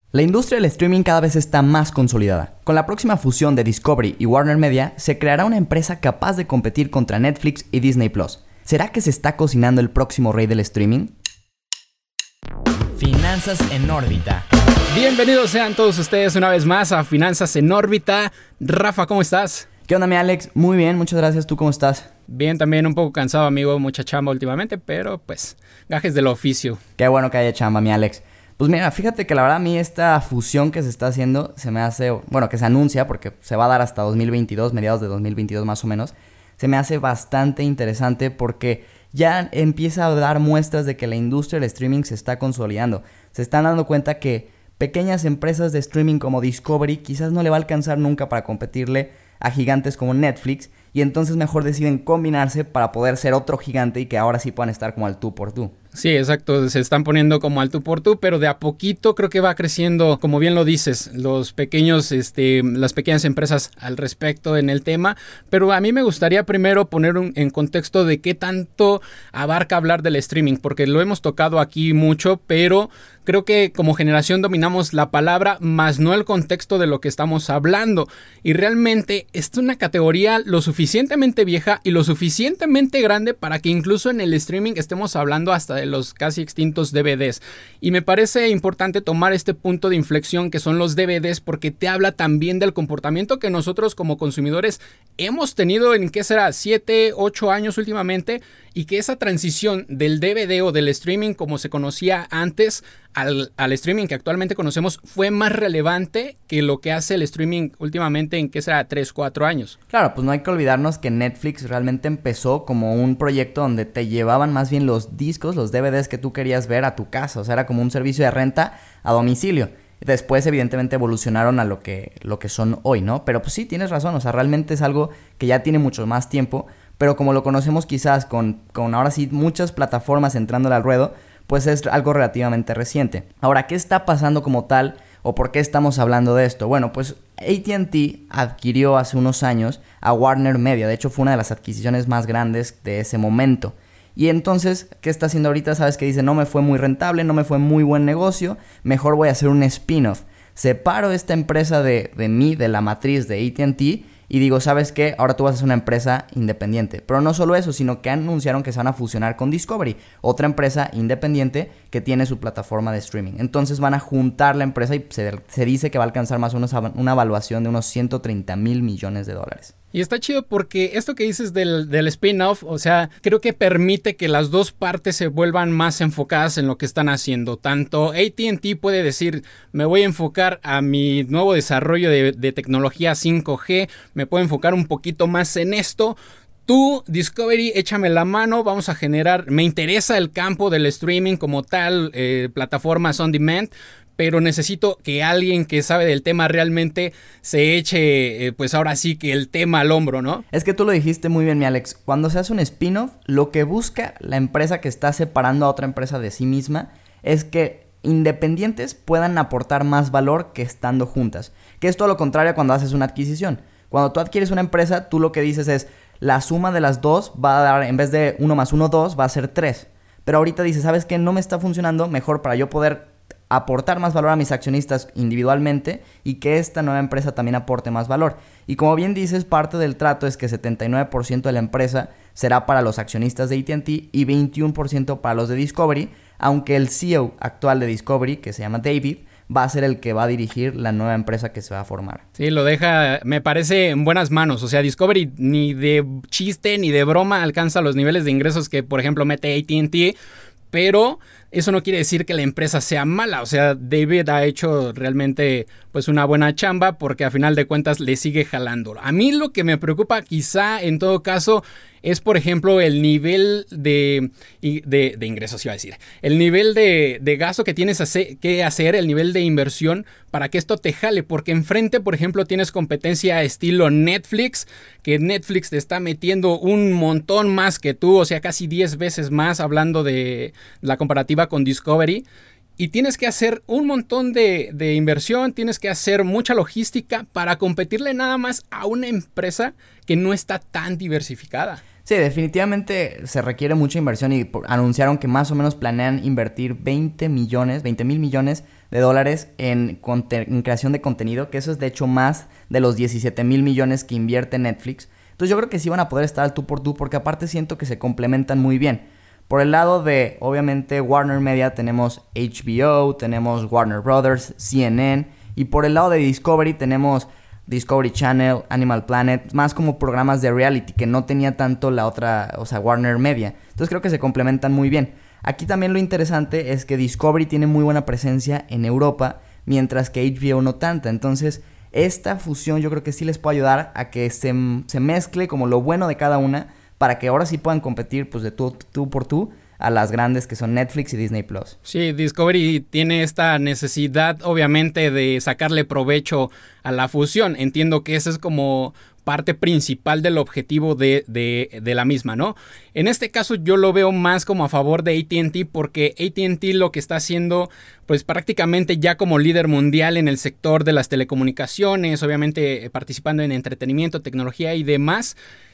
La industria del streaming cada vez está más consolidada. Con la próxima fusión de Discovery y Warner Media, se creará una empresa capaz de competir contra Netflix y Disney+. ¿Será que se está cocinando el próximo rey del streaming? Finanzas en órbita. Bienvenidos sean todos ustedes una vez más a Finanzas en órbita. Rafa, ¿cómo estás? ¿Qué onda, mi Alex? Muy bien, muchas gracias. ¿Tú cómo estás? Bien, también un poco cansado, amigo. Mucha chamba últimamente, pero pues gajes del oficio. Qué bueno que haya chamba, mi Alex. Pues mira, fíjate que la verdad a mí esta fusión que se está haciendo se me hace, bueno, que se anuncia porque se va a dar hasta 2022, mediados de 2022 más o menos, se me hace bastante interesante porque ya empieza a dar muestras de que la industria del streaming se está consolidando. Se están dando cuenta que pequeñas empresas de streaming como Discovery quizás no le va a alcanzar nunca para competirle a gigantes como Netflix y entonces mejor deciden combinarse para poder ser otro gigante y que ahora sí puedan estar como al tú por tú. Sí, exacto, se están poniendo como al tú por tú, pero de a poquito creo que va creciendo, como bien lo dices, las pequeñas empresas al respecto en el tema, pero a mí me gustaría primero poner en contexto de qué tanto abarca hablar del streaming, porque lo hemos tocado aquí mucho, pero creo que como generación dominamos la palabra, más no el contexto de lo que estamos hablando, y realmente es una categoría lo suficientemente vieja y lo suficientemente grande para que incluso en el streaming estemos hablando hasta de los casi extintos DVDs. Y me parece importante tomar este punto de inflexión que son los DVDs porque te habla también del comportamiento que nosotros como consumidores hemos tenido en, ¿qué será? 7, 8 años últimamente, y que esa transición del DVD o del streaming como se conocía antes al streaming que actualmente conocemos fue más relevante que lo que hace el streaming últimamente en, ¿qué será? 3, 4 años. Claro, pues no hay que olvidarnos que Netflix realmente empezó como un proyecto donde te llevaban más bien los discos, los DVDs que tú querías ver a tu casa. O sea, era como un servicio de renta a domicilio. Después, evidentemente, evolucionaron a lo que son hoy, ¿no? Pero pues sí, tienes razón. O sea, realmente es algo que ya tiene mucho más tiempo. Pero como lo conocemos quizás con ahora sí muchas plataformas entrándole al ruedo, pues es algo relativamente reciente. Ahora, ¿qué está pasando como tal? ¿O por qué estamos hablando de esto? Bueno, pues AT&T adquirió hace unos años a Warner Media. De hecho, fue una de las adquisiciones más grandes de ese momento. Y entonces, ¿qué está haciendo ahorita? Sabes que dice, no me fue muy rentable, no me fue muy buen negocio, mejor voy a hacer un spin-off. Separo esta empresa de la matriz de AT&T, y digo, ¿sabes qué? Ahora tú vas a ser una empresa independiente. Pero no solo eso, sino que anunciaron que se van a fusionar con Discovery, otra empresa independiente que tiene su plataforma de streaming. Entonces van a juntar la empresa y se dice que va a alcanzar más o menos una evaluación de unos 130,000 millones de dólares. Y está chido porque esto que dices del spin-off, o sea, creo que permite que las dos partes se vuelvan más enfocadas en lo que están haciendo. Tanto AT&T puede decir, me voy a enfocar a mi nuevo desarrollo de tecnología 5G, me puedo enfocar un poquito más en esto. Tú, Discovery, échame la mano, vamos a generar, me interesa el campo del streaming como tal, plataformas on demand, pero necesito que alguien que sabe del tema realmente se eche, pues ahora sí que el tema al hombro, ¿no? Es que tú lo dijiste muy bien, mi Alex. Cuando se hace un spin-off, lo que busca la empresa que está separando a otra empresa de sí misma es que independientes puedan aportar más valor que estando juntas. Que es todo lo contrario cuando haces una adquisición. Cuando tú adquieres una empresa, tú lo que dices es, la suma de las dos va a dar, en vez de 1 más 1, 2, va a ser 3. Pero ahorita dices, ¿sabes qué? No me está funcionando, mejor para yo poder aportar más valor a mis accionistas individualmente y que esta nueva empresa también aporte más valor. Y como bien dices, parte del trato es que 79% de la empresa será para los accionistas de AT&T y 21% para los de Discovery, aunque el CEO actual de Discovery, que se llama David, va a ser el que va a dirigir la nueva empresa que se va a formar. Sí, lo deja, me parece, en buenas manos. O sea, Discovery ni de chiste ni de broma alcanza los niveles de ingresos que, por ejemplo, mete AT&T, pero eso no quiere decir que la empresa sea mala. O sea, David ha hecho realmente pues una buena chamba porque a final de cuentas le sigue jalando. A mí lo que me preocupa quizá en todo caso es, por ejemplo, el nivel de ingresos, iba a decir. El nivel de gasto que tienes que hacer, el nivel de inversión para que esto te jale. Porque enfrente, por ejemplo, tienes competencia estilo Netflix, que Netflix te está metiendo un montón más que tú, o sea, casi 10 veces más hablando de la comparativa con Discovery. Y tienes que hacer un montón de inversión, tienes que hacer mucha logística para competirle nada más a una empresa que no está tan diversificada. Sí, definitivamente se requiere mucha inversión y anunciaron que más o menos planean invertir 20,000 millones de dólares en creación de contenido, que eso es de hecho más de los 17,000 millones que invierte Netflix. Entonces yo creo que sí van a poder estar al tú por tú, porque aparte siento que se complementan muy bien. Por el lado de, obviamente, Warner Media tenemos HBO, tenemos Warner Brothers, CNN, y por el lado de Discovery tenemos Discovery Channel, Animal Planet, más como programas de reality que no tenía tanto la otra, o sea, Warner Media. Entonces creo que se complementan muy bien. Aquí también lo interesante es que Discovery tiene muy buena presencia en Europa, mientras que HBO no tanta. Entonces esta fusión yo creo que sí les puede ayudar a que se mezcle como lo bueno de cada una, para que ahora sí puedan competir pues de tú por tú a las grandes que son Netflix y Disney Plus. Sí, Discovery tiene esta necesidad obviamente de sacarle provecho a la fusión. Entiendo que ese es como parte principal del objetivo de la misma, ¿no? En este caso yo lo veo más como a favor de AT&T, porque AT&T lo que está haciendo pues prácticamente ya como líder mundial en el sector de las telecomunicaciones, obviamente participando en entretenimiento, tecnología y demás,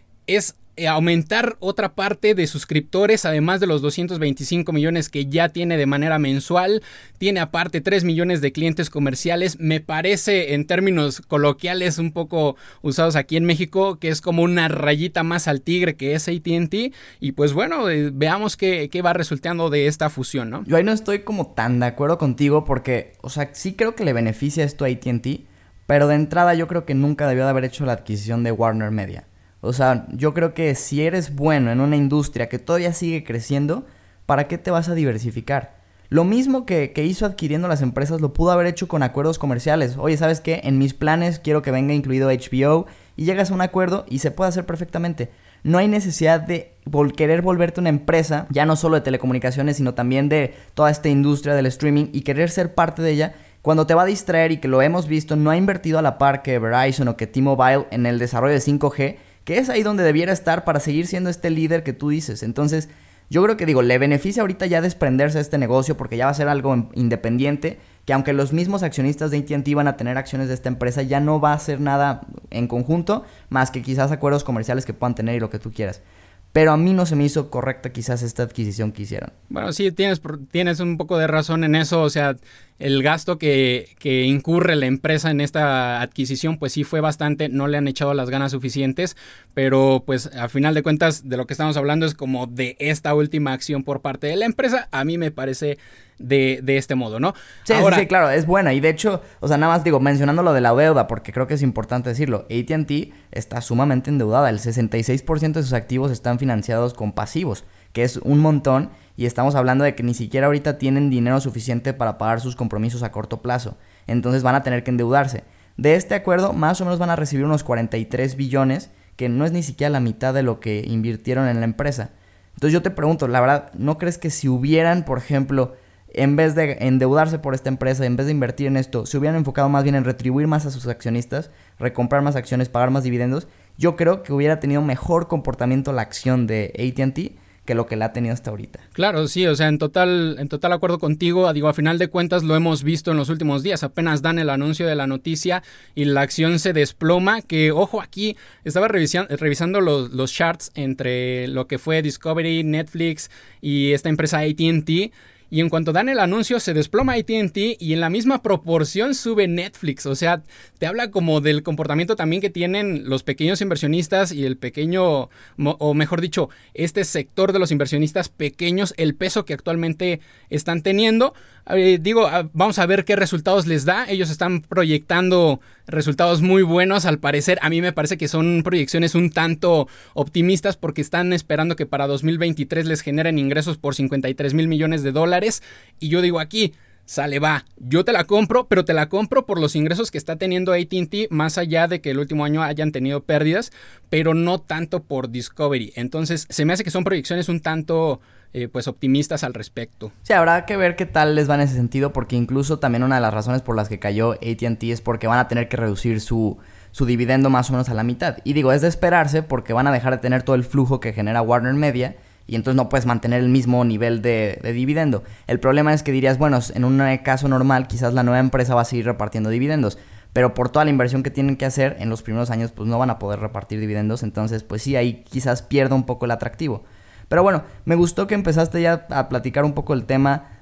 es aumentar otra parte de suscriptores, además de los 225 millones que ya tiene de manera mensual. Tiene aparte 3 millones de clientes comerciales. Me parece, en términos coloquiales un poco usados aquí en México, que es como una rayita más al tigre que es AT&T. Y pues bueno, veamos qué va resultando de esta fusión, ¿no? Yo ahí no estoy como tan de acuerdo contigo porque, o sea, sí creo que le beneficia esto a AT&T, pero de entrada yo creo que nunca debió de haber hecho la adquisición de Warner Media. O sea, yo creo que si eres bueno en una industria que todavía sigue creciendo, ¿para qué te vas a diversificar? Lo mismo que hizo adquiriendo las empresas lo pudo haber hecho con acuerdos comerciales. Oye, ¿sabes qué? En mis planes quiero que venga incluido HBO, y llegas a un acuerdo y se puede hacer perfectamente. No hay necesidad de querer volverte una empresa, ya no solo de telecomunicaciones, sino también de toda esta industria del streaming, y querer ser parte de ella cuando te va a distraer, y que lo hemos visto, no ha invertido a la par que Verizon o que T-Mobile en el desarrollo de 5G, que es ahí donde debiera estar para seguir siendo este líder que tú dices. Entonces, yo creo que le beneficia ahorita ya desprenderse de este negocio, porque ya va a ser algo independiente, que aunque los mismos accionistas de AT&T van a tener acciones de esta empresa, ya no va a ser nada en conjunto, más que quizás acuerdos comerciales que puedan tener y lo que tú quieras. Pero a mí no se me hizo correcta quizás esta adquisición que hicieron. Bueno, sí, tienes un poco de razón en eso. O sea, el gasto que incurre la empresa en esta adquisición, pues sí fue bastante. No le han echado las ganas suficientes. Pero pues a final de cuentas de lo que estamos hablando es como de esta última acción por parte de la empresa. A mí me parece de este modo, ¿no? Sí, ahora, sí, claro, es buena. Y de hecho, o sea, nada más mencionando lo de la deuda, porque creo que es importante decirlo. AT&T está sumamente endeudada. El 66% de sus activos están financiados con pasivos, que es un montón. Y estamos hablando de que ni siquiera ahorita tienen dinero suficiente para pagar sus compromisos a corto plazo. Entonces van a tener que endeudarse. De este acuerdo, más o menos van a recibir unos 43 billones, que no es ni siquiera la mitad de lo que invirtieron en la empresa. Entonces yo te pregunto, la verdad, ¿no crees que si hubieran, por ejemplo, en vez de endeudarse por esta empresa, en vez de invertir en esto, se hubieran enfocado más bien en retribuir más a sus accionistas, recomprar más acciones, pagar más dividendos? Yo creo que hubiera tenido mejor comportamiento la acción de AT&T que lo que la ha tenido hasta ahorita. Claro, sí, o sea, en total acuerdo contigo. Digo, a final de cuentas lo hemos visto en los últimos días. Apenas dan el anuncio de la noticia y la acción se desploma. Que, ojo, aquí estaba revisando los charts entre lo que fue Discovery, Netflix y esta empresa AT&T. Y en cuanto dan el anuncio se desploma AT&T y en la misma proporción sube Netflix. O sea, te habla como del comportamiento también que tienen los pequeños inversionistas y el pequeño, o mejor dicho, este sector de los inversionistas pequeños, el peso que actualmente están teniendo. Vamos a ver qué resultados les da. Ellos están proyectando resultados muy buenos al parecer. A mí me parece que son proyecciones un tanto optimistas, porque están esperando que para 2023 les generen ingresos por 53 mil millones de dólares. Y yo digo aquí, sale, va, yo te la compro, pero te la compro por los ingresos que está teniendo AT&T, más allá de que el último año hayan tenido pérdidas, pero no tanto por Discovery. Entonces se me hace que son proyecciones un tanto pues optimistas al respecto. Sí, habrá que ver qué tal les va en ese sentido, porque incluso también una de las razones por las que cayó AT&T es porque van a tener que reducir su dividendo más o menos a la mitad. Y digo, es de esperarse, porque van a dejar de tener todo el flujo que genera Warner Media, y entonces no puedes mantener el mismo nivel de dividendo. El problema es que dirías, bueno, en un caso normal quizás la nueva empresa va a seguir repartiendo dividendos, pero por toda la inversión que tienen que hacer en los primeros años, pues no van a poder repartir dividendos. Entonces pues sí, ahí quizás pierda un poco el atractivo. Pero bueno, me gustó que empezaste ya a platicar un poco el tema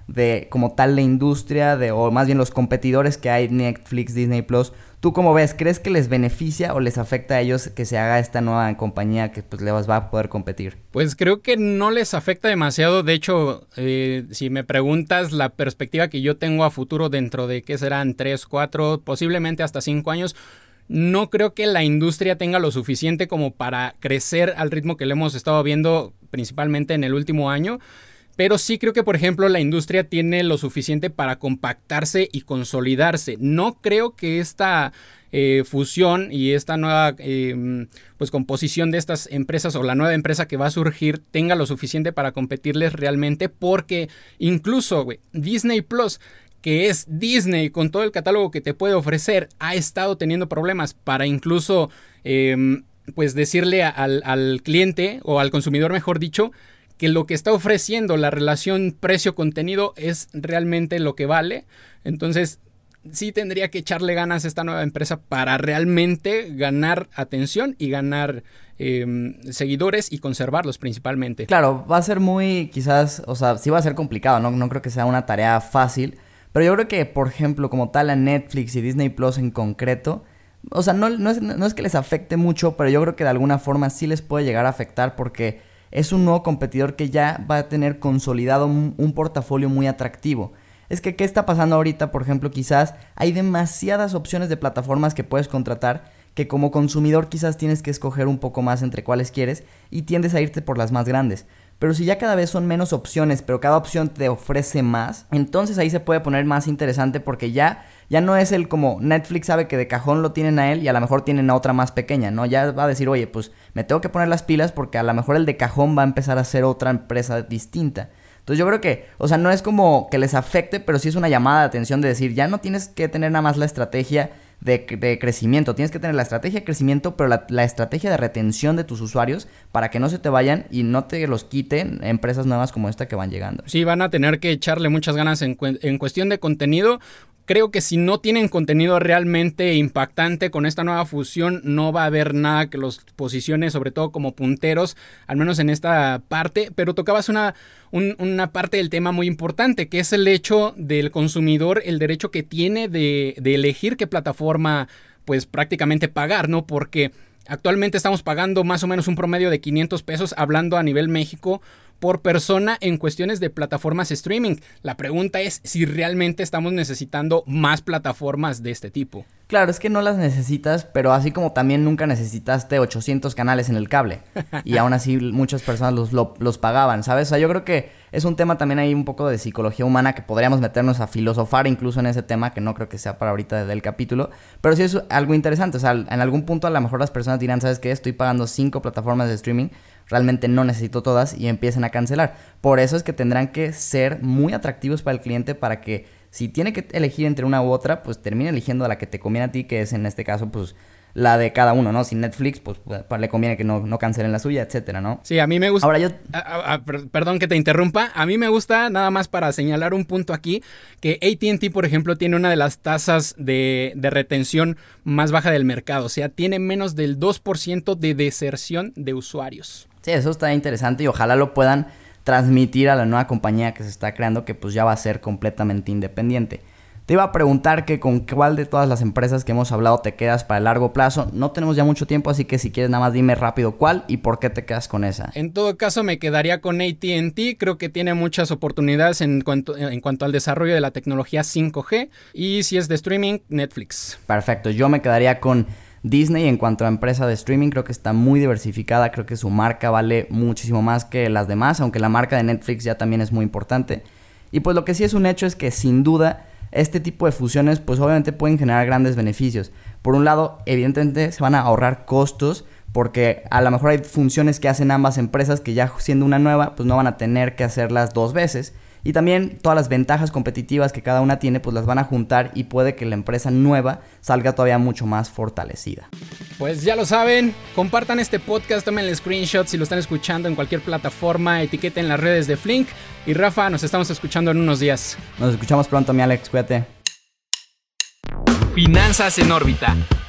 de como tal la industria, o más bien los competidores que hay, Netflix, Disney Plus. ¿Tú cómo ves? ¿Crees que les beneficia o les afecta a ellos que se haga esta nueva compañía que pues les va a poder competir? Pues creo que no les afecta demasiado. De hecho, si me preguntas la perspectiva que yo tengo a futuro dentro de ¿qué serán? 3, 4, posiblemente hasta 5 años, no creo que la industria tenga lo suficiente como para crecer al ritmo que le hemos estado viendo principalmente en el último año. Pero sí creo que, por ejemplo, la industria tiene lo suficiente para compactarse y consolidarse. No creo que esta fusión y esta nueva pues composición de estas empresas o la nueva empresa que va a surgir tenga lo suficiente para competirles realmente, porque incluso Disney Plus, que es Disney con todo el catálogo que te puede ofrecer, ha estado teniendo problemas para incluso pues decirle al cliente o al consumidor, mejor dicho, que lo que está ofreciendo la relación precio-contenido es realmente lo que vale. Entonces sí tendría que echarle ganas a esta nueva empresa para realmente ganar atención y ganar seguidores y conservarlos principalmente. Claro, va a ser muy, quizás, o sea, sí va a ser complicado, no creo que sea una tarea fácil, pero yo creo que, por ejemplo, como tal a Netflix y Disney Plus en concreto, o sea, no es que les afecte mucho, pero yo creo que de alguna forma sí les puede llegar a afectar porque es un nuevo competidor que ya va a tener consolidado un portafolio muy atractivo. Es que, ¿qué está pasando ahorita? Por ejemplo, quizás hay demasiadas opciones de plataformas que puedes contratar que como consumidor quizás tienes que escoger un poco más entre cuáles quieres y tiendes a irte por las más grandes. Pero si ya cada vez son menos opciones, pero cada opción te ofrece más, entonces ahí se puede poner más interesante porque ya no es el como Netflix sabe que de cajón lo tienen a él y a lo mejor tienen a otra más pequeña, ¿no? Ya va a decir, oye, pues me tengo que poner las pilas porque a lo mejor el de cajón va a empezar a ser otra empresa distinta. Entonces yo creo que, o sea, no es como que les afecte, pero sí es una llamada de atención de decir, ya no tienes que tener nada más la estrategia de crecimiento, tienes que tener la estrategia de crecimiento, pero la estrategia de retención de tus usuarios para que no se te vayan y no te los quiten empresas nuevas como esta que van llegando. Sí, van a tener que echarle muchas ganas en cuestión de contenido. Creo que si no tienen contenido realmente impactante con esta nueva fusión, no va a haber nada que los posicione, sobre todo como punteros, al menos en esta parte. Pero tocabas una parte del tema muy importante, que es el hecho del consumidor, el derecho que tiene de elegir qué plataforma, pues prácticamente pagar, ¿no? Porque actualmente estamos pagando más o menos un promedio de 500 pesos, hablando a nivel México, por persona en cuestiones de plataformas streaming. La pregunta es si realmente estamos necesitando más plataformas de este tipo. Claro, es que no las necesitas, pero así como también nunca necesitaste 800 canales en el cable. Y aún así muchas personas los pagaban, ¿sabes? O sea, yo creo que es un tema también ahí un poco de psicología humana que podríamos meternos a filosofar incluso en ese tema, que no creo que sea para ahorita del capítulo. Pero sí es algo interesante, o sea, en algún punto a lo mejor las personas dirán, ¿sabes qué? Estoy pagando 5 plataformas de streaming, realmente no necesito todas y empiecen a cancelar. Por eso es que tendrán que ser muy atractivos para el cliente para que si tiene que elegir entre una u otra, pues termine eligiendo a la que te conviene a ti, que es en este caso, pues la de cada uno, ¿no? Si Netflix, pues le conviene que no cancelen la suya, etcétera, ¿no? Sí, a mí me gusta... Ahora yo... Perdón que te interrumpa. A mí me gusta, nada más para señalar un punto aquí, que AT&T, por ejemplo, tiene una de las tasas de retención más baja del mercado. O sea, tiene menos del 2% de deserción de usuarios. Sí, eso está interesante y ojalá lo puedan transmitir a la nueva compañía que se está creando, que pues ya va a ser completamente independiente. Te iba a preguntar que con cuál de todas las empresas que hemos hablado te quedas para el largo plazo. No tenemos ya mucho tiempo, así que si quieres nada más dime rápido cuál y por qué te quedas con esa. En todo caso me quedaría con AT&T. Creo que tiene muchas oportunidades en cuanto al desarrollo de la tecnología 5G. Y si es de streaming, Netflix. Perfecto, yo me quedaría con Disney en cuanto a empresa de streaming. Creo que está muy diversificada, creo que su marca vale muchísimo más que las demás, aunque la marca de Netflix ya también es muy importante. Y pues lo que sí es un hecho es que sin duda este tipo de fusiones pues obviamente pueden generar grandes beneficios. Por un lado, evidentemente se van a ahorrar costos porque a lo mejor hay funciones que hacen ambas empresas que ya siendo una nueva pues no van a tener que hacerlas 2 veces. Y también todas las ventajas competitivas que cada una tiene pues las van a juntar y puede que la empresa nueva salga todavía mucho más fortalecida. Pues ya lo saben, compartan este podcast, tomen el screenshot si lo están escuchando en cualquier plataforma, etiqueten las redes de Flink. Y Rafa, nos estamos escuchando en unos días. Nos escuchamos pronto, mi Alex, cuídate. Finanzas en órbita,